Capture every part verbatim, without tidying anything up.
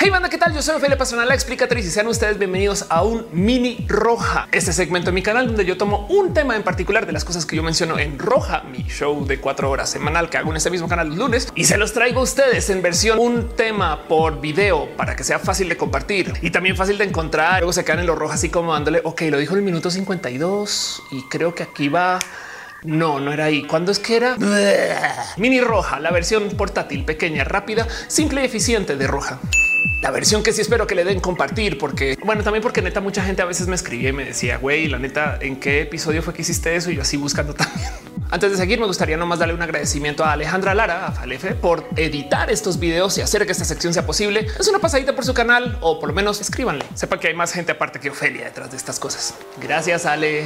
Hey banda, ¿qué tal? Yo soy Ophelia Pastrana, la explicatriz, y sean ustedes bienvenidos a un mini roja, este segmento de mi canal donde yo tomo un tema en particular de las cosas que yo menciono en Roja, mi show de cuatro horas semanal que hago en este mismo canal los lunes, y se los traigo a ustedes en versión un tema por video para que sea fácil de compartir y también fácil de encontrar. Luego se quedan en los rojas así como dándole, ok, lo dijo en el minuto cincuenta y dos y creo que aquí va. No, no era ahí. ¿Cuándo es que era? Mini roja, la versión portátil, pequeña, rápida, simple y eficiente de Roja. La versión que sí espero que le den compartir, porque bueno, también porque neta mucha gente a veces me escribía y me decía, güey, la neta, ¿en qué episodio fue que hiciste eso? Y yo así buscando también. Antes de seguir, me gustaría nomás darle un agradecimiento a Alejandra Lara, a Falefe, por editar estos videos y hacer que esta sección sea posible. Es una pasadita por su canal o por lo menos escríbanle. Sepa que hay más gente aparte que Ofelia detrás de estas cosas. Gracias, Ale.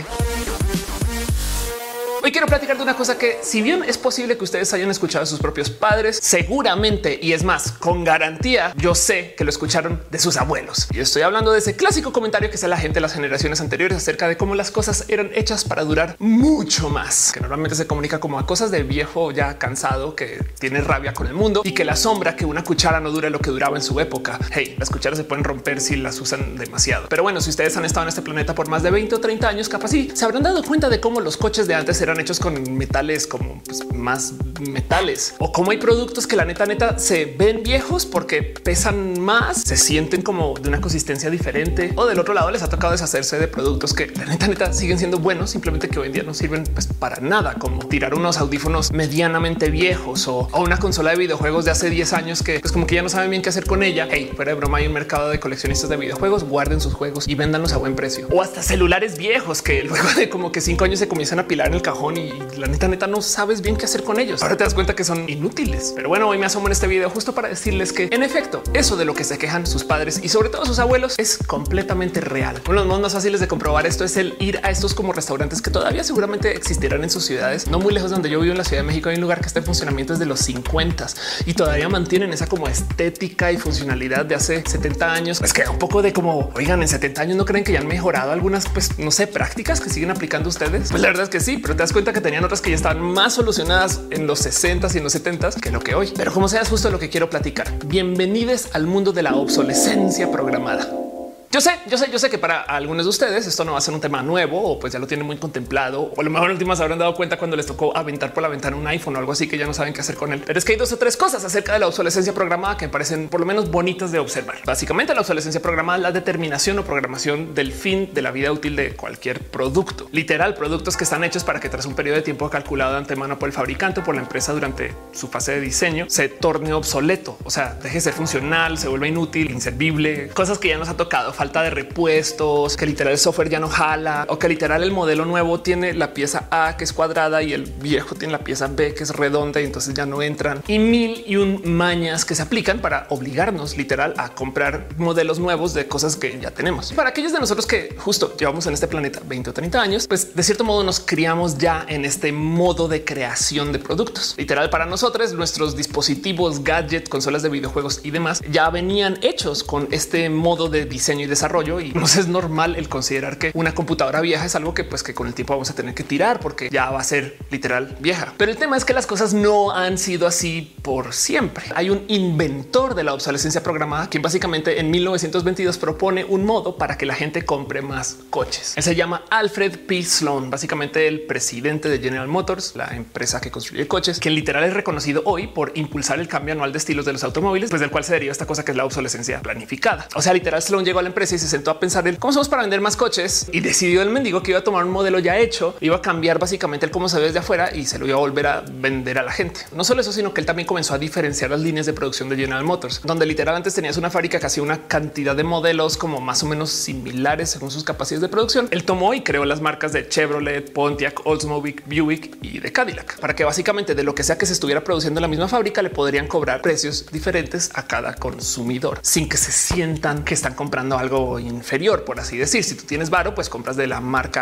Hoy quiero platicar de una cosa que, si bien es posible que ustedes hayan escuchado de sus propios padres, seguramente, y es más, con garantía, yo sé que lo escucharon de sus abuelos. Y estoy hablando de ese clásico comentario que hace la gente de las generaciones anteriores acerca de cómo las cosas eran hechas para durar mucho más, que normalmente se comunica como a cosas de viejo ya cansado que tiene rabia con el mundo y que la sombra que una cuchara no dura lo que duraba en su época. Hey, las cucharas se pueden romper si las usan demasiado. Pero bueno, si ustedes han estado en este planeta por más de veinte o treinta años, capaz sí se habrán dado cuenta de cómo los coches de antes eran hechos con metales como pues, más metales, o como hay productos que la neta neta se ven viejos porque pesan más, se sienten como de una consistencia diferente, o del otro lado les ha tocado deshacerse de productos que la neta neta siguen siendo buenos, simplemente que hoy en día no sirven pues, para nada, como tirar unos audífonos medianamente viejos o, o una consola de videojuegos de hace diez años que pues como que ya no saben bien qué hacer con ella. Hey, fuera de broma, hay un mercado de coleccionistas de videojuegos, guarden sus juegos y véndanlos a buen precio, o hasta celulares viejos que luego de como que cinco años se comienzan a pilar en el cajón y la neta neta no sabes bien qué hacer con ellos. Ahora te das cuenta que son inútiles. Pero bueno, hoy me asomo en este video justo para decirles que en efecto, eso de lo que se quejan sus padres y sobre todo sus abuelos es completamente real. Uno de los modos más fáciles de comprobar esto es el ir a estos como restaurantes que todavía seguramente existirán en sus ciudades. No muy lejos de donde yo vivo, en la Ciudad de México, hay un lugar que está en funcionamiento desde los cincuenta y todavía mantienen esa como estética y funcionalidad de hace setenta años. Pues queda un poco de como, oigan, en setenta años no creen que ya han mejorado algunas, pues no sé, prácticas que siguen aplicando ustedes. Pues la verdad es que sí, pero te das cuenta que tenían otras que ya están más solucionadas en los sesenta y en los setenta que lo que hoy. Pero como sea, es justo lo que quiero platicar. Bienvenidos al mundo de la obsolescencia programada. Yo sé, yo sé, yo sé que para algunos de ustedes esto no va a ser un tema nuevo o pues ya lo tienen muy contemplado, o a lo mejor en últimas habrán dado cuenta cuando les tocó aventar por la ventana un iPhone o algo así que ya no saben qué hacer con él. Pero es que hay dos o tres cosas acerca de la obsolescencia programada que me parecen por lo menos bonitas de observar. Básicamente, la obsolescencia programada es la determinación o programación del fin de la vida útil de cualquier producto. Literal, productos que están hechos para que tras un periodo de tiempo calculado de antemano por el fabricante o por la empresa durante su fase de diseño se torne obsoleto, o sea, deje de ser funcional, se vuelva inútil, inservible, cosas que ya nos ha tocado, falta de repuestos, que literal el software ya no jala, o que literal el modelo nuevo tiene la pieza A que es cuadrada y el viejo tiene la pieza B que es redonda y entonces ya no entran, y mil y un mañas que se aplican para obligarnos literal a comprar modelos nuevos de cosas que ya tenemos. Para aquellos de nosotros que justo llevamos en este planeta veinte o treinta años, pues de cierto modo nos criamos ya en este modo de creación de productos. Literal, para nosotros nuestros dispositivos, gadgets, consolas de videojuegos y demás ya venían hechos con este modo de diseño y desarrollo, y nos es normal el considerar que una computadora vieja es algo que pues que con el tiempo vamos a tener que tirar porque ya va a ser literal vieja. Pero el tema es que las cosas no han sido así por siempre. Hay un inventor de la obsolescencia programada quien básicamente en mil novecientos veintidós propone un modo para que la gente compre más coches. Él se llama Alfred P. Sloan, básicamente el presidente de General Motors, la empresa que construye coches, quien literal es reconocido hoy por impulsar el cambio anual de estilos de los automóviles, pues del cual se deriva esta cosa que es la obsolescencia planificada. O sea, literal Sloan llegó a la empresa y se sentó a pensar el cómo somos para vender más coches y decidió el mendigo que iba a tomar un modelo ya hecho, iba a cambiar básicamente el cómo se ve desde afuera y se lo iba a volver a vender a la gente. No solo eso, sino que él también comenzó a diferenciar las líneas de producción de General Motors, donde literal antes tenías una fábrica que hacía una cantidad de modelos como más o menos similares según sus capacidades de producción. Él tomó y creó las marcas de Chevrolet, Pontiac, Oldsmobile, Buick y de Cadillac para que básicamente de lo que sea que se estuviera produciendo en la misma fábrica le podrían cobrar precios diferentes a cada consumidor sin que se sientan que están comprando algo inferior, por así decir. Si tú tienes varo, pues compras de la marca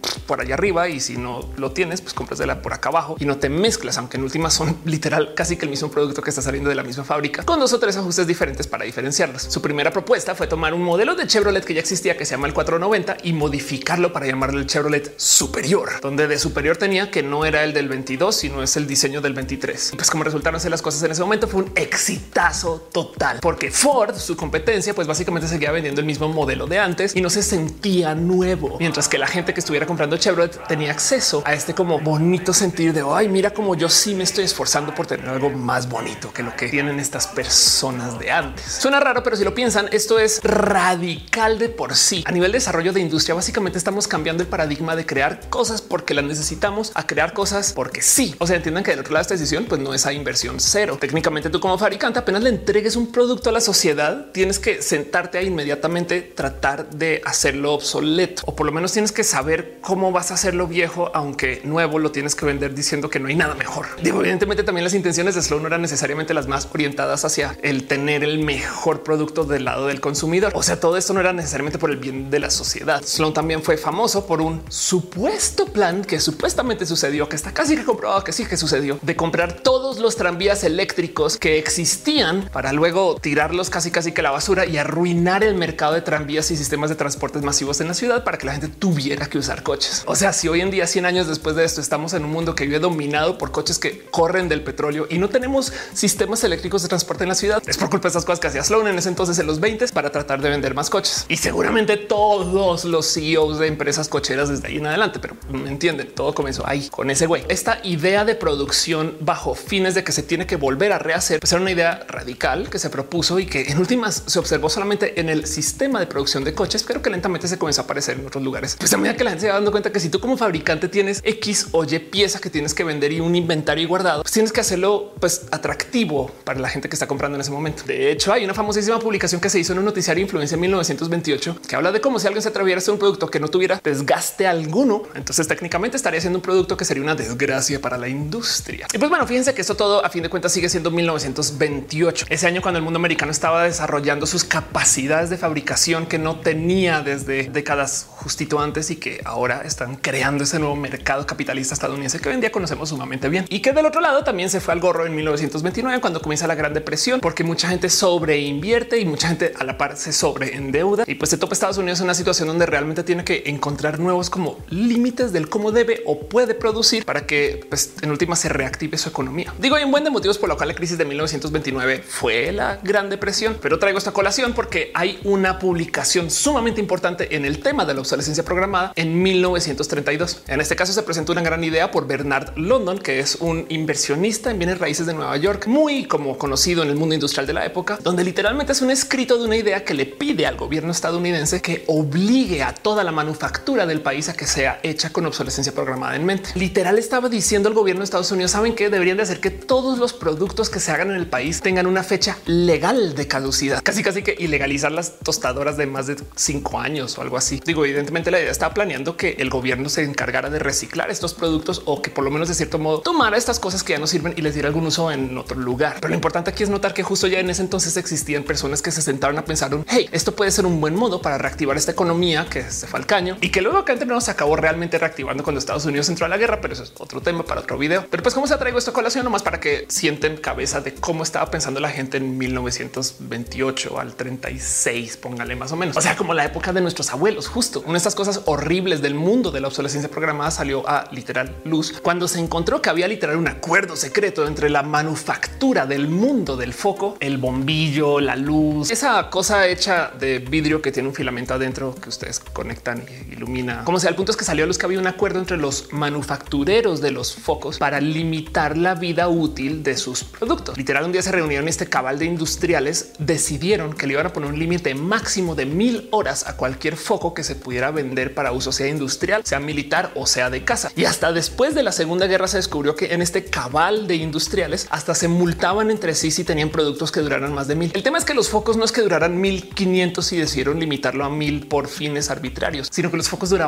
por allá arriba y si no lo tienes, pues compras de la por acá abajo y no te mezclas, aunque en últimas son literal casi que el mismo producto que está saliendo de la misma fábrica con dos o tres ajustes diferentes para diferenciarlos. Su primera propuesta fue tomar un modelo de Chevrolet que ya existía que se llama el cuatrocientos noventa y modificarlo para llamarle el Chevrolet Superior, donde de superior tenía que no era el del veintidós, sino es el diseño del veintitrés. Y pues como resultaron ser las cosas en ese momento fue un exitazo total, porque Ford, su competencia, pues básicamente seguía vendiendo el mismo modelo de antes y no se sentía nuevo, mientras que la gente que estuviera comprando Chevrolet tenía acceso a este como bonito sentir de ay, mira como yo sí me estoy esforzando por tener algo más bonito que lo que tienen estas personas de antes. Suena raro, pero si lo piensan, esto es radical de por sí. A nivel de desarrollo de industria, básicamente estamos cambiando el paradigma de crear cosas porque las necesitamos a crear cosas porque sí. O sea, entiendan que del otro lado de esta decisión, pues no es a inversión cero. Técnicamente tú como fabricante apenas le entregues un producto a la sociedad, tienes que sentarte a inmediatamente tratar de hacerlo obsoleto, o por lo menos tienes que saber cómo vas a hacerlo viejo, aunque nuevo lo tienes que vender diciendo que no hay nada mejor. Digo, evidentemente también las intenciones de Sloan no eran necesariamente las más orientadas hacia el tener el mejor producto del lado del consumidor. O sea, todo esto no era necesariamente por el bien de la sociedad. Sloan también fue famoso por un supuesto plan que supuestamente sucedió, que está casi que comprobado que sí que sucedió, de comprar todos los tranvías eléctricos que existían para luego tirarlos casi casi que a la basura y arruinar el mercado de tranvías y sistemas de transportes masivos en la ciudad para que la gente tuviera que usar coches. O sea, si hoy en día, cien años después de esto, estamos en un mundo que vive dominado por coches que corren del petróleo y no tenemos sistemas eléctricos de transporte en la ciudad, es por culpa de estas cosas que hacía Sloan en ese entonces en los veinte para tratar de vender más coches. Y seguramente todos los C E Os de empresas cocheras desde ahí en adelante, pero me entienden, todo comenzó ahí con ese güey. Esta idea de producción bajo fines de que se tiene que volver a rehacer, pues era una idea radical que se propuso y que en últimas se observó solamente en el sistema de producción de coches, pero que lentamente se comenzó a aparecer en otros lugares. Pues a medida que la gente se va dando cuenta que si tú como fabricante tienes X o Y pieza que tienes que vender y un inventario guardado, pues tienes que hacerlo pues atractivo para la gente que está comprando en ese momento. De hecho, hay una famosísima publicación que se hizo en un noticiario Influencia en mil novecientos veintiocho que habla de cómo si alguien se atreviera a hacer un producto que no tuviera desgaste alguno, entonces técnicamente estaría haciendo un producto que sería una desgracia para la industria. Y pues bueno, fíjense que esto todo a fin de cuentas sigue siendo mil novecientos veintiocho, ese año cuando el mundo americano estaba desarrollando sus capacidades de fabricación que no tenía desde décadas justito antes y que ahora están creando ese nuevo mercado capitalista estadounidense que hoy en día conocemos sumamente bien, y que del otro lado también se fue al gorro en mil novecientos veintinueve cuando comienza la Gran Depresión, porque mucha gente sobreinvierte y mucha gente a la par se sobreendeuda y pues se topa Estados Unidos en una situación donde realmente tiene que encontrar nuevos como límites del cómo debe o puede producir para que pues, en última se reactive su economía. Digo, hay un buen de motivos por lo cual la crisis de mil novecientos veintinueve fue la Gran Depresión, pero traigo esta colación porque hay una publicación sumamente importante en el tema de la obsolescencia programada en mil novecientos treinta y dos. En este caso se presentó una gran idea por Bernard London, que es un inversionista en bienes raíces de Nueva York, muy como conocido en el mundo industrial de la época, donde literalmente es un escrito de una idea que le pide al gobierno estadounidense que obligue a toda la manufactura del país a que sea hecha con obsolescencia programada en mente. Literal estaba diciendo el gobierno de Estados Unidos, saben que deberían de hacer que todos los productos que se hagan en el país tengan una fecha legal de caducidad, casi casi que ilegalizar las tostadoras de más de cinco años o algo así. Digo, evidentemente la idea estaba planeando que el gobierno se encargara de reciclar estos productos o que por lo menos de cierto modo tomara estas cosas que ya no sirven y les diera algún uso en otro lugar. Pero lo importante aquí es notar que justo ya en ese entonces existían personas que se sentaron a pensar un hey, esto puede ser un buen modo para reactivar esta economía que se fue al caño y que luego acá entre nos acabó realmente reactivando cuando Estados Unidos entró a la guerra. Pero eso es otro tema para otro video. Pero pues cómo se traigo esta colación nomás para que sienten cabeza de cómo estaba pensando la gente en mil novecientos veintiocho al treinta y seis, póngale más o menos. O sea, como la época de nuestros abuelos. Justo una de estas cosas horribles del mundo de la obsolescencia programada salió a literal luz cuando se encontró que había literal un acuerdo secreto entre la manufactura del mundo del foco, el bombillo, la luz, esa cosa hecha de vidrio que tiene un filamento adentro que ustedes conectan y ilumina. Como sea, el punto es que salió a luz que había un acuerdo entre los manufactureros de los focos para limitar la vida útil de sus productos. Literal, un día se reunieron este cabal de industriales, decidieron que le iban a poner un límite máximo de mil horas a cualquier foco que se pudiera vender para uso sea industrial, sea militar o sea de casa. Y hasta después de la Segunda Guerra se descubrió que en este cabal de industriales hasta se multaban entre sí si tenían productos que duraran más de mil. El tema es que los focos no es que duraran mil quinientos y decidieron limitarlo a mil por fines arbitrarios, sino que los focos duraban mucho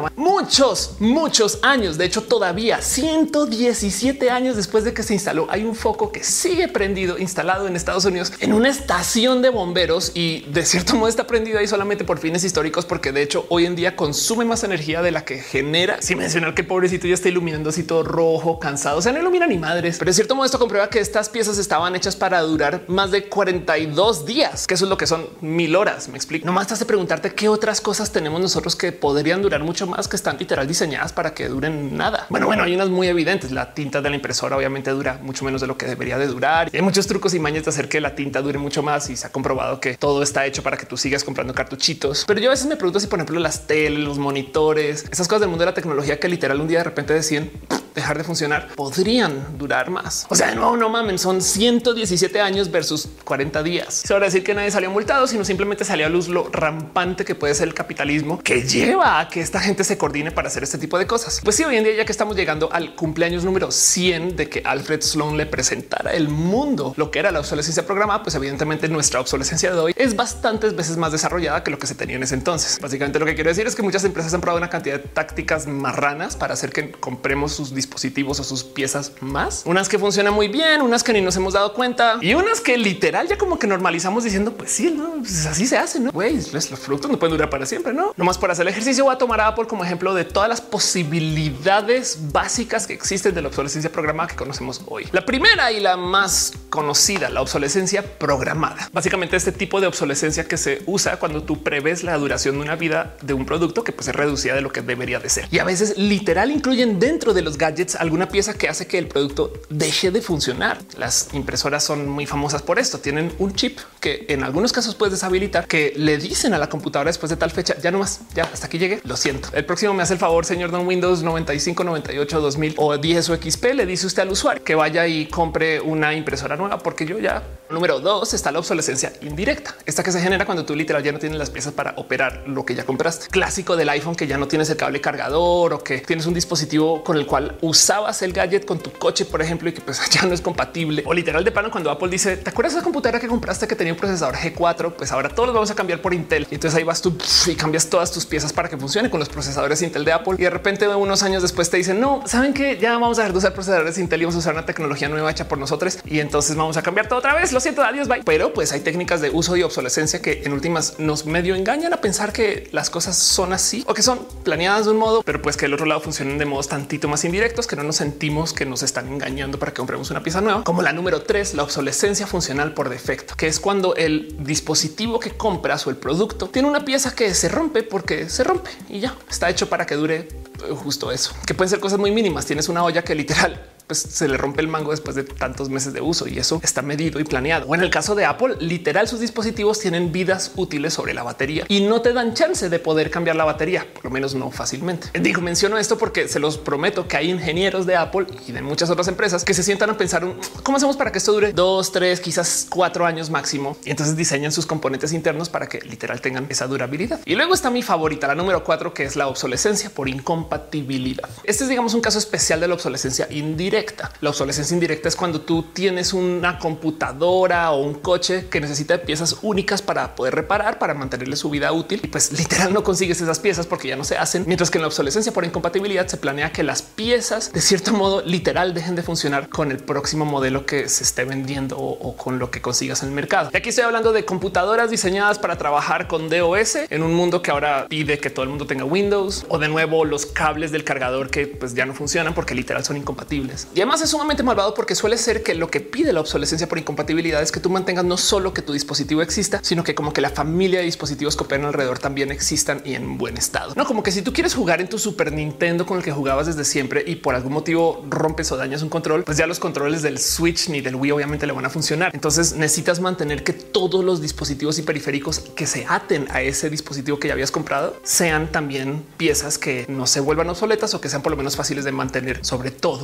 muchos, muchos años. De hecho, todavía ciento diecisiete años después de que se instaló, hay un foco que sigue prendido, instalado en Estados Unidos en una estación de bomberos y de cierto modo está prendido ahí solamente por fines históricos, porque de hecho hoy en día consume más energía de la que genera. Sin mencionar que pobrecito ya está iluminando así todo rojo, cansado. O sea, no ilumina ni madres, pero de cierto modo esto comprueba que estas piezas estaban hechas para durar más de cuarenta y dos días, que eso es lo que son mil horas. Me explico. Nomás te hace preguntarte qué otras cosas tenemos nosotros que podrían durar mucho más, que están literal diseñadas para que duren nada. Bueno, bueno, hay unas muy evidentes. La tinta de la impresora obviamente dura mucho menos de lo que debería de durar. Y hay muchos trucos y mañas de hacer que la tinta dure mucho más y se ha comprobado que todo está hecho para que tú sigas comprando cartuchitos. Pero yo a veces me pregunto si, por ejemplo, las teles, los monitores, esas cosas del mundo de la tecnología que literal un día de repente deciden dejar de funcionar, podrían durar más. O sea, no, no mamen, son ciento diecisiete años versus cuarenta días. Se va a decir que nadie salió multado, sino simplemente salió a luz lo rampante que puede ser el capitalismo que lleva a que esta gente se coordine para hacer este tipo de cosas. Pues sí, hoy en día, ya que estamos llegando al cumpleaños número cien de que Alfred Sloan le presentara el mundo lo que era la obsolescencia programada, pues evidentemente nuestra obsolescencia de hoy es bastantes veces más desarrollada que lo que se tenía en ese entonces. Básicamente lo que quiero decir es que muchas empresas han probado una cantidad de tácticas marranas para hacer que compremos sus dispositivos o sus piezas más. Unas que funcionan muy bien, unas que ni nos hemos dado cuenta y unas que literal ya como que normalizamos diciendo pues sí, no, pues así se hace, no güey, los productos no pueden durar para siempre, no nomás por hacer el ejercicio. Voy a tomar a Apple como ejemplo de todas las posibilidades básicas que existen de la obsolescencia programada que conocemos hoy. La primera y la más conocida, la obsolescencia programada. Básicamente este tipo de obsolescencia que se usa cuando tú prevés la duración de una vida de un producto que pues es reducida de lo que debería de ser. Y a veces literal incluyen dentro de los gadgets alguna pieza que hace que el producto deje de funcionar. Las impresoras son muy famosas por esto. Tienen un chip que en algunos casos puedes deshabilitar, que le dicen a la computadora después de tal fecha, ya no más, ya hasta aquí llegué. Lo siento. El próximo me hace el favor, señor Don Windows noventa y cinco, noventa y ocho, dos mil o diez o X P. Le dice usted al usuario que vaya y compre una impresora nueva porque yo ya. Número dos está la obsolescencia indirecta. Esta que se genera cuando tú literal ya no tienes las piezas para operar lo que ya compraste. Clásico del iPhone, que ya no tienes el cable cargador o que tienes un dispositivo con el cual usabas el gadget con tu coche, por ejemplo, y que pues ya no es compatible. O literal de plano cuando Apple dice, ¿te acuerdas de esa computadora que compraste que tenía un procesador G cuatro? Pues ahora todos los vamos a cambiar por Intel. Y entonces ahí vas tú y cambias todas tus piezas para que funcione con los procesadores Intel de Apple. Y de repente unos años después te dicen, no, saben que ya vamos a dejar de usar procesadores Intel y vamos a usar una tecnología nueva hecha por nosotros. Y entonces vamos a cambiar todo otra vez. Lo siento, adiós, bye. Pero pues hay técnicas de uso y obsolescencia que en últimas nos medio engañan a pensar que las cosas son así o que son planeadas de un modo, pero pues que del otro lado funcionan de modos tantito más indirectos, que no nos sentimos que nos están engañando para que compremos una pieza nueva. Como la número tres, la obsolescencia funcional por defecto, que es cuando el dispositivo que compras o el producto tiene una pieza que se rompe porque se rompe y ya está hecho para que dure justo eso, que pueden ser cosas muy mínimas. Tienes una olla que literal pues se le rompe el mango después de tantos meses de uso y eso está medido y planeado. O en el caso de Apple, literal sus dispositivos tienen vidas útiles sobre la batería y no te dan chance de poder cambiar la batería, por lo menos no fácilmente. Digo, menciono esto porque se los prometo que hay ingenieros de Apple y de muchas otras empresas que se sientan a pensar cómo hacemos para que esto dure dos, tres, quizás cuatro años máximo. Y entonces diseñan sus componentes internos para que literal tengan esa durabilidad. Y luego está mi favorita, la número cuatro, que es la obsolescencia por incompatibilidad. Este es, digamos, un caso especial de la obsolescencia indirecta. La obsolescencia indirecta es cuando tú tienes una computadora o un coche que necesita de piezas únicas para poder reparar, para mantenerle su vida útil y pues literal no consigues esas piezas porque ya no se hacen. Mientras que en la obsolescencia por incompatibilidad se planea que las piezas de cierto modo literal dejen de funcionar con el próximo modelo que se esté vendiendo o, o con lo que consigas en el mercado. Y aquí estoy hablando de computadoras diseñadas para trabajar con D O S en un mundo que ahora pide que todo el mundo tenga Windows, o de nuevo los cables del cargador que pues ya no funcionan porque literal son incompatibles. Y además es sumamente malvado porque suele ser que lo que pide la obsolescencia por incompatibilidad es que tú mantengas no solo que tu dispositivo exista, sino que como que la familia de dispositivos que operan alrededor también existan y en buen estado. No como que si tú quieres jugar en tu Super Nintendo con el que jugabas desde siempre y por algún motivo rompes o dañas un control, pues ya los controles del Switch ni del Wii obviamente le van a funcionar. Entonces necesitas mantener que todos los dispositivos y periféricos que se aten a ese dispositivo que ya habías comprado sean también piezas que no se vuelvan obsoletas o que sean por lo menos fáciles de mantener, sobre todo en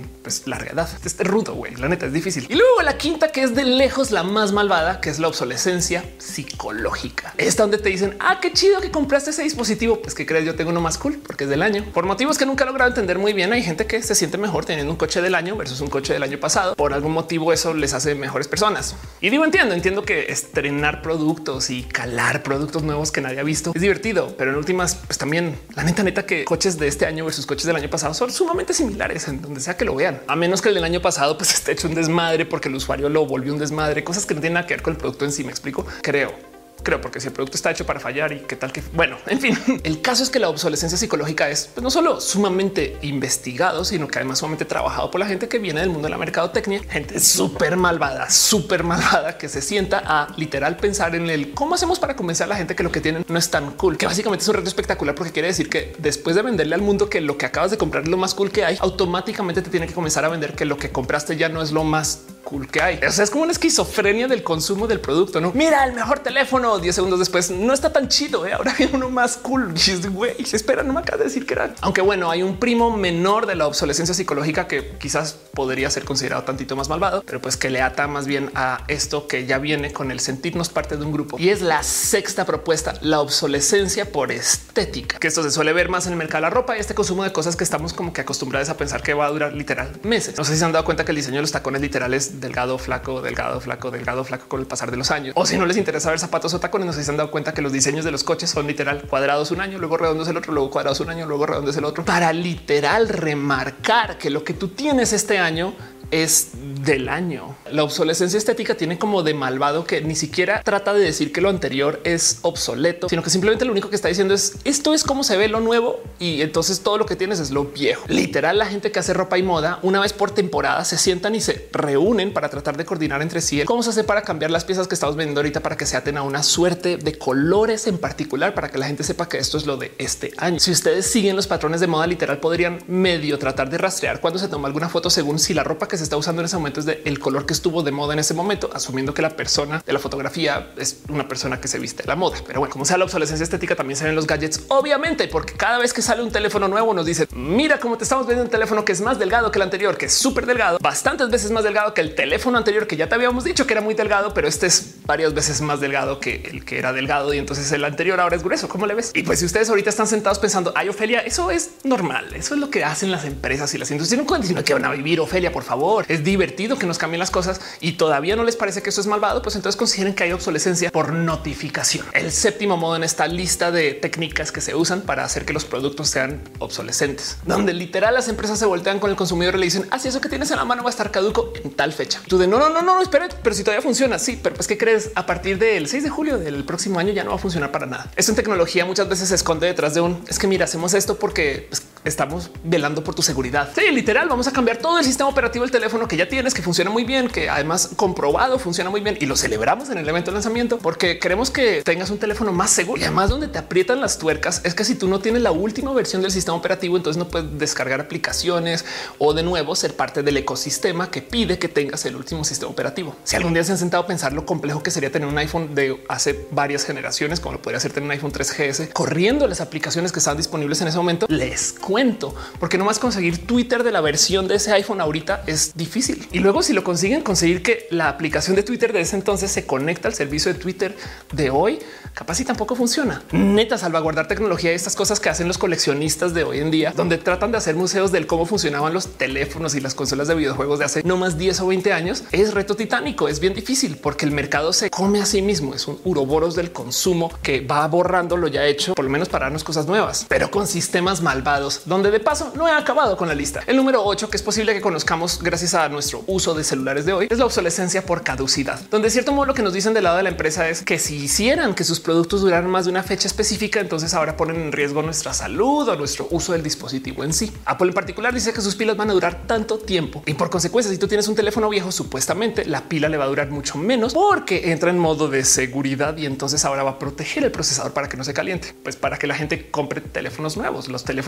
tienen pues larga edad. Este es rudo, güey. La neta es difícil. Y luego la quinta, que es de lejos la más malvada, que es la obsolescencia psicológica. Esta donde te dicen, ah, qué chido que compraste ese dispositivo. Pues que crees, yo tengo uno más cool porque es del año. Por motivos que nunca he logrado entender muy bien, hay gente que se siente mejor teniendo un coche del año versus un coche del año pasado. Por algún motivo eso les hace mejores personas. Y digo, entiendo, entiendo que estrenar productos y calar productos nuevos que nadie ha visto es divertido, pero en últimas, pues también la neta, neta que coches de este año versus coches del año pasado son sumamente similares en donde sea que lo vean, a menos que el del año pasado pues esté hecho un desmadre porque el usuario lo volvió un desmadre, cosas que no tienen nada que ver con el producto en sí. Me explico, creo. Creo, porque si el producto está hecho para fallar y qué tal que bueno, en fin, el caso es que la obsolescencia psicológica es pues, no solo sumamente investigado, sino que además sumamente trabajado por la gente que viene del mundo de la mercadotecnia, gente súper malvada, súper malvada, que se sienta a literal pensar en el cómo hacemos para convencer a la gente que lo que tienen no es tan cool, que básicamente es un reto espectacular, porque quiere decir que después de venderle al mundo que lo que acabas de comprar es lo más cool que hay, automáticamente te tiene que comenzar a vender que lo que compraste ya no es lo más cool que hay. O sea, es como una esquizofrenia del consumo del producto. No, mira el mejor teléfono. diez segundos después no está tan chido. ¿eh? Ahora viene uno más cool. Güey, espera, no me acabas de decir que era. Aunque bueno, hay un primo menor de la obsolescencia psicológica que quizás podría ser considerado tantito más malvado, pero pues que le ata más bien a esto que ya viene con el sentirnos parte de un grupo. Y es la sexta propuesta, la obsolescencia por estética, que esto se suele ver más en el mercado de la ropa y este consumo de cosas que estamos como que acostumbrados a pensar que va a durar literal meses. No sé si se han dado cuenta que el diseño de los tacones literales delgado, flaco, delgado, flaco, delgado, flaco con el pasar de los años. O si no les interesa ver zapatos o tacones, no sé si se han dado cuenta que los diseños de los coches son literal cuadrados un año, luego redondos el otro, luego cuadrados un año, luego redondos el otro, para literal remarcar que lo que tú tienes este año es del año. La obsolescencia estética tiene como de malvado que ni siquiera trata de decir que lo anterior es obsoleto, sino que simplemente lo único que está diciendo es esto es cómo se ve lo nuevo y entonces todo lo que tienes es lo viejo. Literal, la gente que hace ropa y moda una vez por temporada se sientan y se reúnen para tratar de coordinar entre sí el cómo se hace para cambiar las piezas que estamos vendiendo ahorita para que se aten a una suerte de colores en particular para que la gente sepa que esto es lo de este año. Si ustedes siguen los patrones de moda, literal podrían medio tratar de rastrear cuando se toma alguna foto según si la ropa que se está usando en ese momento es del color que estuvo de moda en ese momento, asumiendo que la persona de la fotografía es una persona que se viste la moda. Pero bueno, como sea la obsolescencia estética, también se ven los gadgets, obviamente, porque cada vez que sale un teléfono nuevo nos dice mira cómo te estamos vendiendo un teléfono que es más delgado que el anterior, que es súper delgado, bastantes veces más delgado que el teléfono anterior, que ya te habíamos dicho que era muy delgado, pero este es varias veces más delgado que el que era delgado y entonces el anterior ahora es grueso. ¿Cómo le ves? Y pues si ustedes ahorita están sentados pensando, ay, Ofelia, eso es normal, eso es lo que hacen las empresas y las industrias, no pueden decir que van a vivir, Ofelia, por favor, es divertido que nos cambien las cosas y todavía no les parece que eso es malvado, pues entonces consideren que hay obsolescencia por notificación. El séptimo modo en esta lista de técnicas que se usan para hacer que los productos sean obsolescentes, donde literal las empresas se voltean con el consumidor y le dicen así, eso que tienes en la mano va a estar caduco en tal fecha. Tú de no, no, no, no, espera, pero si todavía funciona. Sí, pero pues qué crees, a partir del seis de julio del próximo año ya no va a funcionar para nada. Esto en tecnología muchas veces se esconde detrás de un es que mira, hacemos esto porque pues, estamos velando por tu seguridad. Sí, literal, vamos a cambiar todo el sistema operativo del teléfono que ya tienes, que funciona muy bien, que además comprobado funciona muy bien y lo celebramos en el evento de lanzamiento porque queremos que tengas un teléfono más seguro. Y además donde te aprietan las tuercas es que si tú no tienes la última versión del sistema operativo, entonces no puedes descargar aplicaciones o de nuevo ser parte del ecosistema que pide que tengas el último sistema operativo. Si algún día se han sentado a pensar lo complejo que sería tener un iPhone de hace varias generaciones, como lo podría hacer tener un iPhone tres G S corriendo las aplicaciones que están disponibles en ese momento, les cuento, porque nomás conseguir Twitter de la versión de ese iPhone ahorita es difícil. Y luego si lo consiguen conseguir que la aplicación de Twitter de ese entonces se conecta al servicio de Twitter de hoy, capaz y tampoco funciona. Neta, salvaguardar tecnología y estas cosas que hacen los coleccionistas de hoy en día, donde tratan de hacer museos del cómo funcionaban los teléfonos y las consolas de videojuegos de hace no más diez o veinte años, es reto titánico. Es bien difícil porque el mercado se come a sí mismo. Es un uroboros del consumo que va borrando lo ya hecho, por lo menos para darnos cosas nuevas, pero con sistemas malvados, donde de paso no he acabado con la lista. El número ocho, que es posible que conozcamos gracias a nuestro uso de celulares de hoy, es la obsolescencia por caducidad, donde de cierto modo lo que nos dicen del lado de la empresa es que si hicieran que sus productos duraran más de una fecha específica, entonces ahora ponen en riesgo nuestra salud o nuestro uso del dispositivo en sí. Apple en particular dice que sus pilas van a durar tanto tiempo y por consecuencia, si tú tienes un teléfono viejo, supuestamente la pila le va a durar mucho menos porque entra en modo de seguridad y entonces ahora va a proteger el procesador para que no se caliente, pues para que la gente compre teléfonos nuevos. Los teléfonos de Apple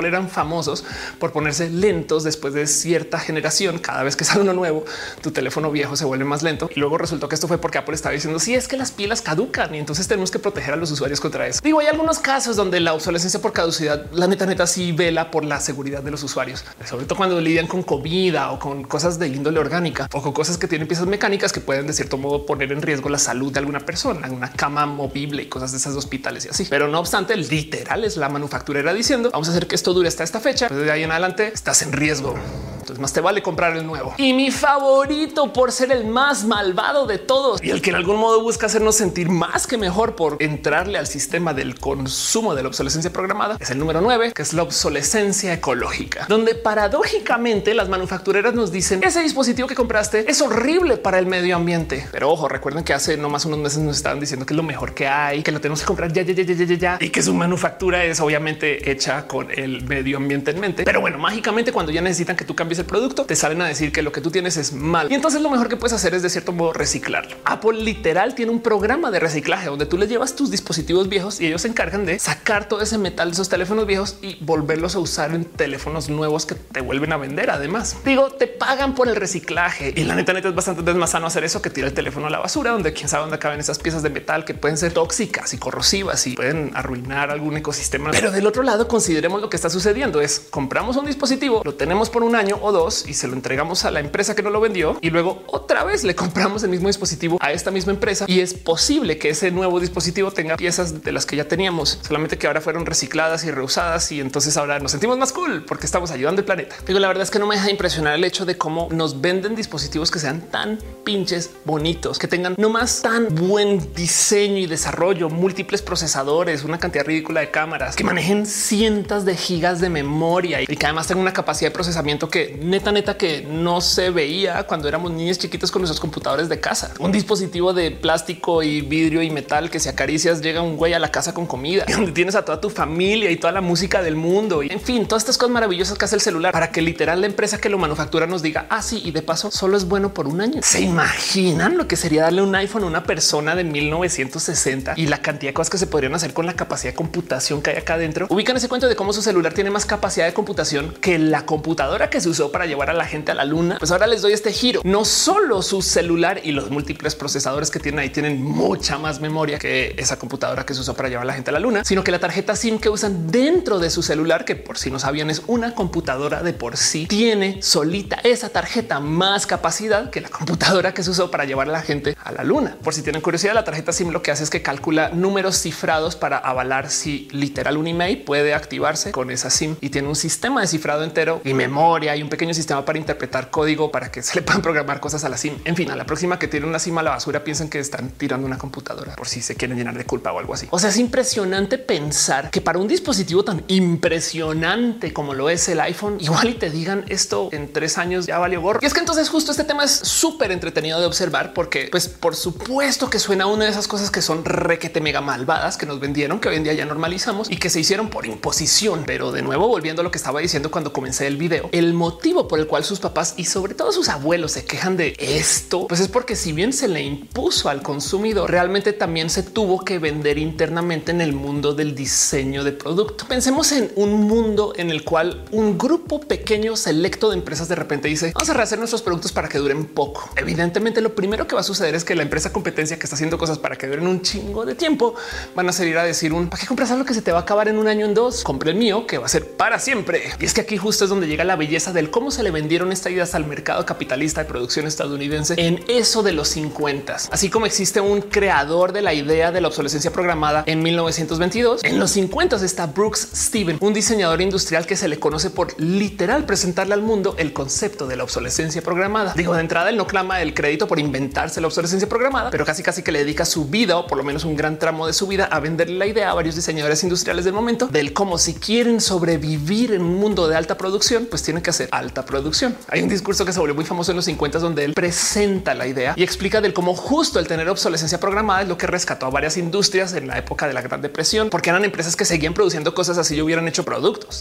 eran famosos por ponerse lentos después de cierta generación. Cada vez que sale uno nuevo, tu teléfono viejo se vuelve más lento. Y luego resultó que esto fue porque Apple estaba diciendo si sí, es que las pilas caducan y entonces tenemos que proteger a los usuarios contra eso. Digo, hay algunos casos donde la obsolescencia por caducidad, la neta, neta, sí vela por la seguridad de los usuarios, sobre todo cuando lidian con comida o con cosas de índole orgánica o con cosas que tienen piezas mecánicas que pueden de cierto modo poner en riesgo la salud de alguna persona, una cama movible y cosas de esas de hospitales y así. Pero no obstante, el literal es la manufacturera diciendo vamos a hacer que esto dure hasta esta fecha. Pues de ahí en adelante estás en riesgo. Entonces más te vale comprar el nuevo. Y mi favorito por ser el más malvado de todos y el que en algún modo busca hacernos sentir más que mejor por entrarle al sistema del consumo de la obsolescencia programada es el número nueve, que es la obsolescencia ecológica, donde paradójicamente las manufactureras nos dicen ese dispositivo que compraste es horrible para el medio ambiente. Pero ojo, recuerden que hace no más unos meses nos estaban diciendo que es lo mejor que hay, que lo tenemos que comprar ya, ya, ya, ya, ya, ya, y que su manufactura es obviamente hecha con el medio ambiente en mente. Pero bueno, mágicamente cuando ya necesitan que tú cambies el producto, te salen a decir que lo que tú tienes es mal. Y entonces lo mejor que puedes hacer es de cierto modo reciclarlo. Apple literal tiene un programa de reciclaje donde tú le llevas tus dispositivos viejos y ellos se encargan de sacar todo ese metal de esos teléfonos viejos y volverlos a usar en teléfonos nuevos que te vuelven a vender. Además, digo, te pagan por el reciclaje y la neta, neta es bastante más sano hacer eso que tirar el teléfono a la basura, donde quién sabe dónde caben esas piezas de metal que pueden ser tóxicas y corrosivas y pueden arruinar algún ecosistema. Pero del otro lado, consideremos lo que está sucediendo es compramos un dispositivo, lo tenemos por un año o dos y se lo entregamos a la empresa que no lo vendió y luego otra vez le compramos el mismo dispositivo a esta misma empresa y es posible que ese nuevo dispositivo tenga piezas de las que ya teníamos, solamente que ahora fueron recicladas y reusadas y entonces ahora nos sentimos más cool porque estamos ayudando al planeta. Pero la verdad es que no me deja de impresionar el hecho de cómo nos venden dispositivos que sean tan pinches bonitos, que tengan no más tan buen diseño y desarrollo, múltiples procesadores, una cantidad ridícula de cámaras, que manejen cientos de gigas de memoria y que además tengan una capacidad de procesamiento que neta, neta que no se veía cuando éramos niños chiquitos con nuestros computadores de casa. Un dispositivo de plástico y vidrio y metal que si acaricias llega un güey a la casa con comida, donde tienes a toda tu familia y toda la música del mundo y en fin, todas estas cosas maravillosas que hace el celular para que literal la empresa que lo manufactura nos diga así ah, y de paso solo es bueno por un año. ¿Se imaginan lo que sería darle un iPhone a una persona de mil novecientos sesenta y la cantidad de cosas que se podrían hacer con la capacidad de computación que hay acá adentro? Ubican ese cuento de cómo su celular tiene más capacidad de computación que la computadora que se usó para llevar a la gente a la luna. Pues ahora les doy este giro. No solo su celular y los múltiples procesadores que tienen ahí tienen mucha más memoria que esa computadora que se usó para llevar a la gente a la luna, sino que la tarjeta SIM que usan dentro de su celular, que por si no sabían es una computadora de por sí, tiene solita esa tarjeta más capacidad que la computadora que se usó para llevar a la gente a la luna. Por si tienen curiosidad, la tarjeta SIM lo que hace es que calcula números cifrados para avalar si literal un email puede activarse con esa SIM y tiene un sistema de cifrado entero y memoria y un pequeño sistema para interpretar código para que se le puedan programar cosas a la SIM. En fin, a la próxima que tiene una SIM a la basura, piensen que están tirando una computadora por si se quieren llenar de culpa o algo así. O sea, es impresionante pensar que para un dispositivo tan impresionante como lo es el iPhone, igual y te digan esto en tres años ya valió gorro. Y es que entonces justo este tema es súper entretenido de observar porque pues por supuesto que suena una de esas cosas que son requete mega malvadas que nos vendieron, que hoy en día ya normalizamos y que se hicieron por imposición. Pero de nuevo, volviendo a lo que estaba diciendo cuando comencé el video, el motivo por el cual sus papás y sobre todo sus abuelos se quejan de esto, pues es porque si bien se le impuso al consumidor, realmente también se tuvo que vender internamente en el mundo del diseño de producto. Pensemos en un mundo en el cual un grupo pequeño selecto de empresas de repente dice vamos a rehacer nuestros productos para que duren poco. Evidentemente lo primero que va a suceder es que la empresa competencia que está haciendo cosas para que duren un chingo de tiempo van a salir a decir un ¿para qué compras algo que se te va a acabar en un año, en dos? Compré el mío que va a ser para siempre. Y es que aquí justo es donde llega la belleza del cómo se le vendieron estas ideas al mercado capitalista de producción estadounidense en eso de los cincuenta. Así como existe un creador de la idea de la obsolescencia programada en mil novecientos veintidós, en los cincuenta está Brooks Stevens, un diseñador industrial que se le conoce por literal presentarle al mundo el concepto de la obsolescencia programada. Digo, de entrada él no clama el crédito por inventarse la obsolescencia programada, pero casi casi que le dedica su vida o por lo menos un gran tramo de su vida a venderle la idea a varios diseñadores industriales del momento del cómo si quieren sobrevivir en un mundo de alta producción, pues tienen que hacer alta producción. Hay un discurso que se volvió muy famoso en los cincuenta donde él presenta la idea y explica del cómo justo el tener obsolescencia programada es lo que rescató a varias industrias en la época de la Gran Depresión, porque eran empresas que seguían produciendo cosas así y hubieran hecho productos.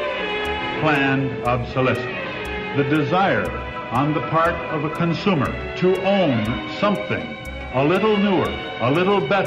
Planned obsolescence, the desire on the part of a consumer to own something a little newer, a little better,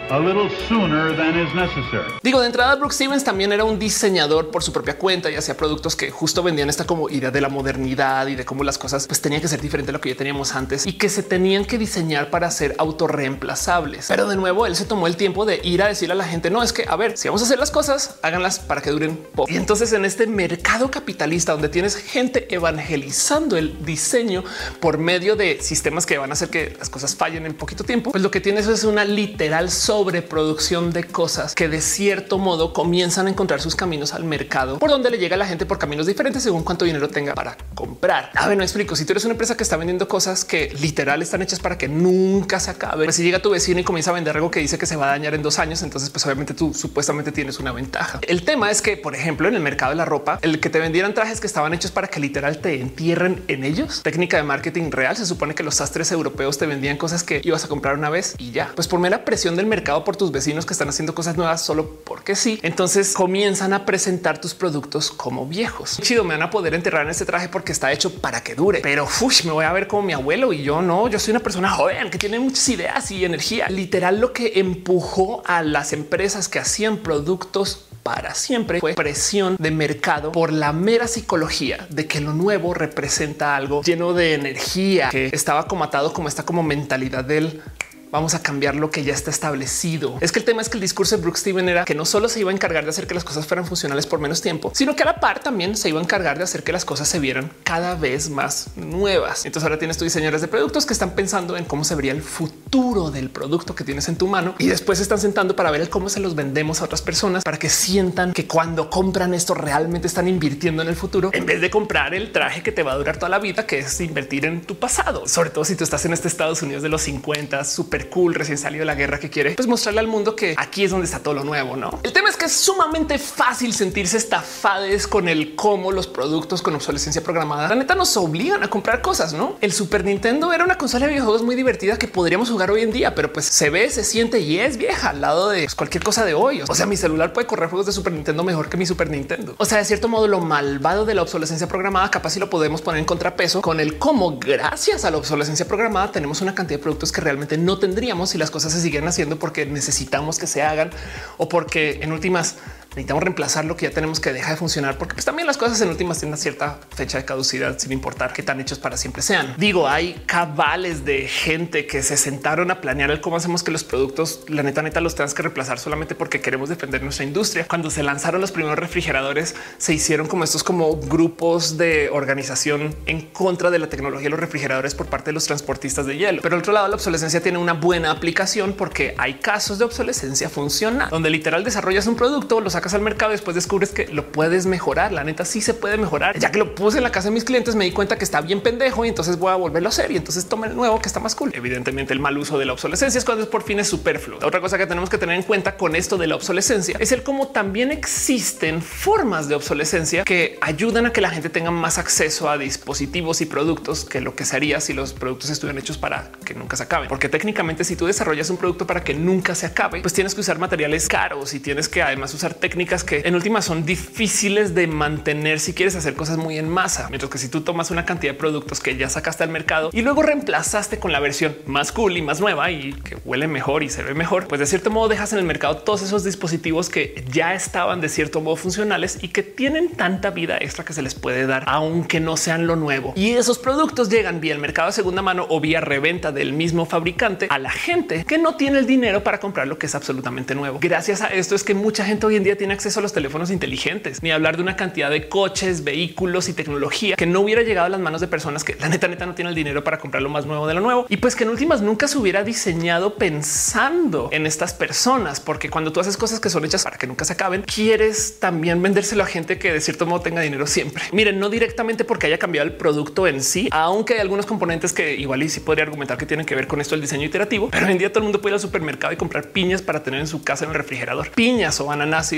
a little sooner than is necessary. Digo, de entrada, Brooke Stevens también era un diseñador por su propia cuenta y hacía productos que justo vendían esta como idea de la modernidad y de cómo las cosas pues tenían que ser diferentes a lo que ya teníamos antes y que se tenían que diseñar para ser autorreemplazables. Pero de nuevo, él se tomó el tiempo de ir a decirle a la gente, no, es que a ver, si vamos a hacer las cosas, háganlas para que duren poco. Y entonces en este mercado capitalista donde tienes gente evangelizando el diseño por medio de sistemas que van a hacer que las cosas fallen en poquito tiempo, pues lo que tienes es una literal sobreproducción de cosas que de cierto modo comienzan a encontrar sus caminos al mercado por donde le llega a la gente por caminos diferentes según cuánto dinero tenga para comprar. A ver, no explico. Si tú eres una empresa que está vendiendo cosas que literal están hechas para que nunca se acabe, pues si llega tu vecino y comienza a vender algo que dice que se va a dañar en dos años, entonces pues obviamente tú supuestamente tienes una ventaja. El tema es que, por ejemplo, en el mercado de la ropa, el que te vendieran trajes que estaban hechos para que literal te entierren en ellos, técnica de marketing real. Se supone que los sastres europeos te vendían cosas que ibas a comprar una vez y ya, pues por mera presión del mercado por tus vecinos que están haciendo cosas nuevas solo porque sí. Entonces comienzan a presentar tus productos como viejos. Chido, me van a poder enterrar en este traje porque está hecho para que dure, pero uff, me voy a ver como mi abuelo y yo no. Yo soy una persona joven que tiene muchas ideas y energía. Literal, lo que empujó a las empresas que hacían productos para siempre fue presión de mercado por la mera psicología de que lo nuevo representa algo lleno de energía, que estaba como atado como esta como mentalidad del vamos a cambiar lo que ya está establecido. Es que el tema es que el discurso de Brooke Stevens era que no solo se iba a encargar de hacer que las cosas fueran funcionales por menos tiempo, sino que a la par también se iba a encargar de hacer que las cosas se vieran cada vez más nuevas. Entonces ahora tienes tus diseñadores de productos que están pensando en cómo se vería el futuro del producto que tienes en tu mano y después se están sentando para ver el cómo se los vendemos a otras personas para que sientan que cuando compran esto realmente están invirtiendo en el futuro en vez de comprar el traje que te va a durar toda la vida, que es invertir en tu pasado. Sobre todo si tú estás en este Estados Unidos de los cincuenta, súper cool, recién salido de la guerra, que quiere pues mostrarle al mundo que aquí es donde está todo lo nuevo, ¿no? El tema es que es sumamente fácil sentirse estafades con el cómo los productos con obsolescencia programada la neta nos obligan a comprar cosas, ¿no? El Super Nintendo era una consola de videojuegos muy divertida que podríamos jugar hoy en día, pero pues se ve, se siente y es vieja al lado de pues, cualquier cosa de hoy. O sea, mi celular puede correr juegos de Super Nintendo mejor que mi Super Nintendo. O sea, de cierto modo, lo malvado de la obsolescencia programada capaz si lo podemos poner en contrapeso con el cómo gracias a la obsolescencia programada tenemos una cantidad de productos que realmente no tendríamos si las cosas se siguen haciendo porque necesitamos que se hagan o porque en últimas necesitamos reemplazar lo que ya tenemos que deja de funcionar, porque pues también las cosas en últimas tienen una cierta fecha de caducidad sin importar qué tan hechos para siempre sean. Digo, hay cabales de gente que se sentaron a planear el cómo hacemos que los productos, la neta, neta, los tengas que reemplazar solamente porque queremos defender nuestra industria. Cuando se lanzaron los primeros refrigeradores, se hicieron como estos como grupos de organización en contra de la tecnología de los refrigeradores por parte de los transportistas de hielo. Pero al otro lado, la obsolescencia tiene una buena aplicación porque hay casos de obsolescencia funcional donde literal desarrollas un producto, lo sacas al mercado y después descubres que lo puedes mejorar. La neta sí se puede mejorar. Ya que lo puse en la casa de mis clientes, me di cuenta que está bien pendejo y entonces voy a volverlo a hacer y entonces toma el nuevo que está más cool. Evidentemente el mal uso de la obsolescencia es cuando por fin es superfluo. La otra cosa que tenemos que tener en cuenta con esto de la obsolescencia es el cómo también existen formas de obsolescencia que ayudan a que la gente tenga más acceso a dispositivos y productos que lo que se haría si los productos estuvieran hechos para que nunca se acaben. Porque técnicamente si tú desarrollas un producto para que nunca se acabe, pues tienes que usar materiales caros y tienes que además usar técnicas que en últimas son difíciles de mantener si quieres hacer cosas muy en masa. Mientras que si tú tomas una cantidad de productos que ya sacaste al mercado y luego reemplazaste con la versión más cool y más nueva y que huele mejor y se ve mejor, pues de cierto modo dejas en el mercado todos esos dispositivos que ya estaban de cierto modo funcionales y que tienen tanta vida extra que se les puede dar, aunque no sean lo nuevo. Y esos productos llegan vía el mercado de segunda mano o vía reventa del mismo fabricante a la gente que no tiene el dinero para comprar lo que es absolutamente nuevo. Gracias a esto es que mucha gente hoy en día tiene acceso a los teléfonos inteligentes, ni hablar de una cantidad de coches, vehículos y tecnología que no hubiera llegado a las manos de personas que la neta neta no tienen el dinero para comprar lo más nuevo de lo nuevo. Y pues que en últimas nunca se hubiera diseñado pensando en estas personas, porque cuando tú haces cosas que son hechas para que nunca se acaben, quieres también vendérselo a gente que de cierto modo tenga dinero siempre. Miren, no directamente porque haya cambiado el producto en sí, aunque hay algunos componentes que igual y sí podría argumentar que tienen que ver con esto el diseño iterativo, pero hoy en día todo el mundo puede ir al supermercado y comprar piñas para tener en su casa en el refrigerador, piñas o ananas y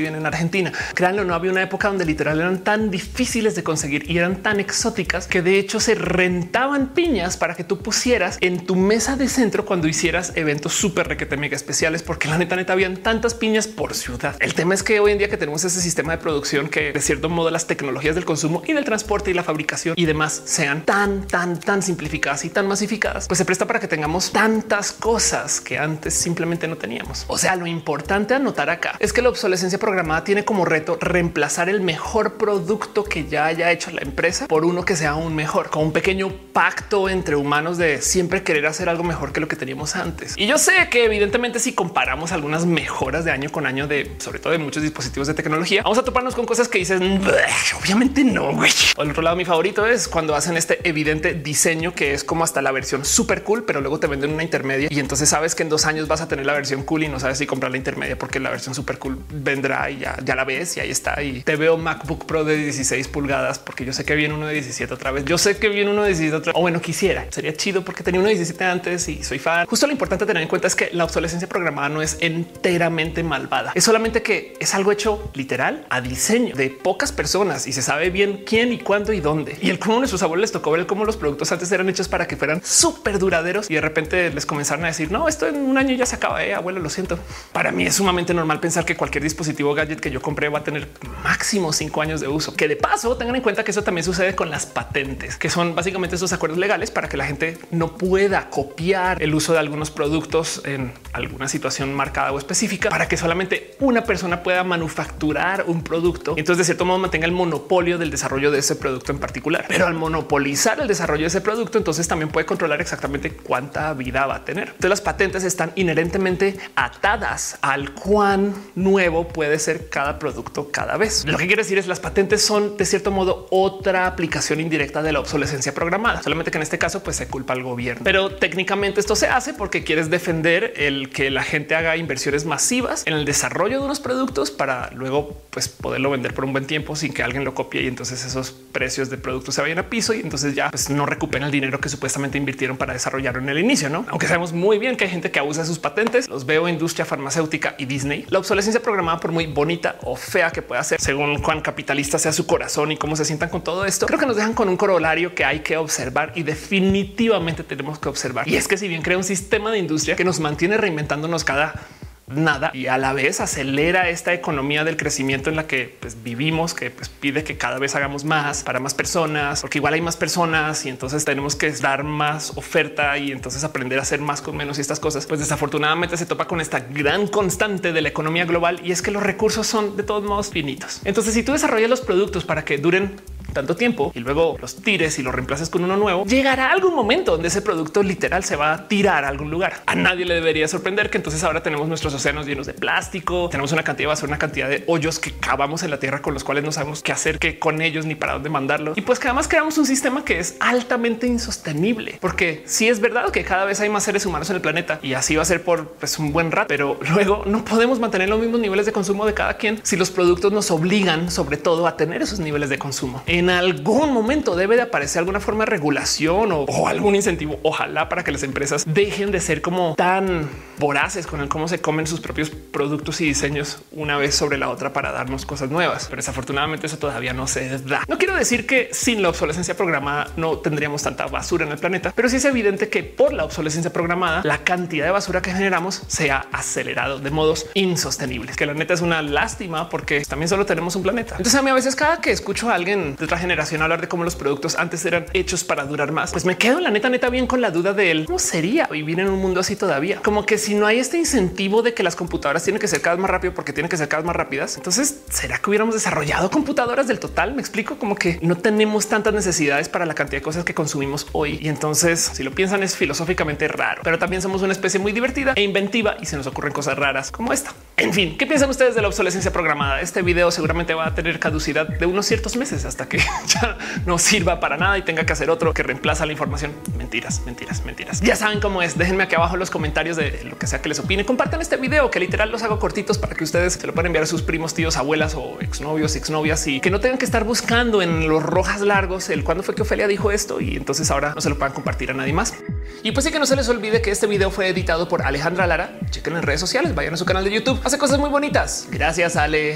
viven en Argentina. Créanlo, no había una época donde literal eran tan difíciles de conseguir y eran tan exóticas que de hecho se rentaban piñas para que tú pusieras en tu mesa de centro cuando hicieras eventos súper requete mega especiales, porque la neta neta habían tantas piñas por ciudad. El tema es que hoy en día que tenemos ese sistema de producción que de cierto modo las tecnologías del consumo y del transporte y la fabricación y demás sean tan, tan, tan simplificadas y tan masificadas, pues se presta para que tengamos tantas cosas que antes simplemente no teníamos. O sea, lo importante a notar acá es que la obsolescencia programada tiene como reto reemplazar el mejor producto que ya haya hecho la empresa por uno que sea aún mejor, con un pequeño pacto entre humanos de siempre querer hacer algo mejor que lo que teníamos antes. Y yo sé que evidentemente si comparamos algunas mejoras de año con año de sobre todo de muchos dispositivos de tecnología, vamos a toparnos con cosas que dices obviamente no. Güey. Por otro lado, mi favorito es cuando hacen este evidente diseño que es como hasta la versión súper cool, pero luego te venden una intermedia y entonces sabes que en dos años vas a tener la versión cool y no sabes si comprar la intermedia porque la versión súper cool vendrá y ya, ya la ves y ahí está. Y te veo MacBook Pro de dieciséis pulgadas porque yo sé que viene uno de diecisiete otra vez. Yo sé que viene uno de diecisiete otra vez. O bueno, quisiera, sería chido porque tenía uno de diecisiete antes y soy fan. Justo lo importante tener en cuenta es que la obsolescencia programada no es enteramente malvada. Es solamente que es algo hecho literal a diseño de pocas personas y se sabe bien quién y cuándo y dónde. Y el cómo a nuestros abuelos les tocó ver cómo los productos antes eran hechos para que fueran súper duraderos y de repente les comenzaron a decir no, esto en un año ya se acaba. Eh, abuelo, lo siento. Para mí es sumamente normal pensar que cualquier dispositivo gadget que yo compré va a tener máximo cinco años de uso. Que de paso tengan en cuenta que eso también sucede con las patentes, que son básicamente esos acuerdos legales para que la gente no pueda copiar el uso de algunos productos en alguna situación marcada o específica para que solamente una persona pueda manufacturar un producto y entonces de cierto modo mantenga el monopolio del desarrollo de ese producto en particular. Pero al monopolizar el desarrollo de ese producto, entonces también puede controlar exactamente cuánta vida va a tener. Entonces las patentes están inherentemente atadas al cuán nuevo puede ser cada producto cada vez. Lo que quiere decir es las patentes son de cierto modo otra aplicación indirecta de la obsolescencia programada, solamente que en este caso pues se culpa al gobierno. Pero técnicamente esto se hace porque quieres defender el que la gente haga inversiones masivas en el desarrollo de unos productos para luego pues poderlo vender por un buen tiempo sin que alguien lo copie y entonces esos precios de productos se vayan a piso y entonces ya pues no recuperen el dinero que supuestamente invirtieron para desarrollarlo en el inicio, ¿no? Aunque sabemos muy bien que hay gente que abusa de sus patentes, los veo industria farmacéutica y Disney. La obsolescencia programada, por muy bonita o fea que pueda ser, según cuán capitalista sea su corazón y cómo se sientan con todo esto, creo que nos dejan con un corolario que hay que observar y definitivamente tenemos que observar. Y es que si bien crea un sistema de industria que nos mantiene reinventándonos cada nada y a la vez acelera esta economía del crecimiento en la que pues, vivimos, que pues, pide que cada vez hagamos más para más personas, porque igual hay más personas y entonces tenemos que dar más oferta y entonces aprender a hacer más con menos y estas cosas. Pues desafortunadamente se topa con esta gran constante de la economía global y es que los recursos son de todos modos finitos. Entonces, si tú desarrollas los productos para que duren tanto tiempo y luego los tires y lo reemplaces con uno nuevo, llegará algún momento donde ese producto literal se va a tirar a algún lugar. A nadie le debería sorprender que entonces ahora tenemos nuestros océanos llenos de plástico, tenemos una cantidad de basura, una cantidad de hoyos que cavamos en la tierra con los cuales no sabemos qué hacer, qué con ellos ni para dónde mandarlos. Y pues que además creamos un sistema que es altamente insostenible, porque sí es verdad que cada vez hay más seres humanos en el planeta y así va a ser por pues, un buen rato, pero luego no podemos mantener los mismos niveles de consumo de cada quien si los productos nos obligan sobre todo a tener esos niveles de consumo. En algún momento debe de aparecer alguna forma de regulación o, o algún incentivo, ojalá, para que las empresas dejen de ser como tan voraces con el cómo se comen sus propios productos y diseños una vez sobre la otra para darnos cosas nuevas. Pero desafortunadamente eso todavía no se da. No quiero decir que sin la obsolescencia programada no tendríamos tanta basura en el planeta, pero sí es evidente que por la obsolescencia programada la cantidad de basura que generamos se ha acelerado de modos insostenibles, que la neta es una lástima porque también solo tenemos un planeta. Entonces a mí a veces cada que escucho a alguien de otra generación hablar de cómo los productos antes eran hechos para durar más, pues me quedo la neta neta bien con la duda de él. ¿Cómo sería vivir en un mundo así todavía? Como que si no hay este incentivo de que las computadoras tienen que ser cada vez más rápido porque tienen que ser cada vez más rápidas, entonces ¿será que hubiéramos desarrollado computadoras del total? Me explico, como que no tenemos tantas necesidades para la cantidad de cosas que consumimos hoy. Y entonces si lo piensan es filosóficamente raro, pero también somos una especie muy divertida e inventiva y se nos ocurren cosas raras como esta. En fin, ¿qué piensan ustedes de la obsolescencia programada? Este video seguramente va a tener caducidad de unos ciertos meses hasta que ya no sirva para nada y tenga que hacer otro que reemplaza la información. Mentiras, mentiras, mentiras. Ya saben cómo es. Déjenme aquí abajo los comentarios de lo que sea que les opine. Compartan este video que literal los hago cortitos para que ustedes se lo puedan enviar a sus primos, tíos, abuelas o exnovios, exnovias y que no tengan que estar buscando en los rojas largos el cuándo fue que Ofelia dijo esto y entonces ahora no se lo puedan compartir a nadie más. Y pues sí, que no se les olvide que este video fue editado por Alejandra Lara. Chequen en redes sociales, vayan a su canal de YouTube. Hace cosas muy bonitas. Gracias, Ale.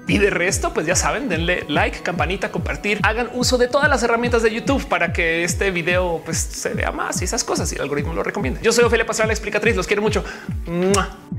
Y de resto, pues ya saben, denle like, campanita, compartir, hagan uso de todas las herramientas de YouTube para que este video pues se vea más y esas cosas y el algoritmo lo recomienda. Yo soy Ofelia Pastrana, la explicatriz. Los quiero mucho. ¡Mua!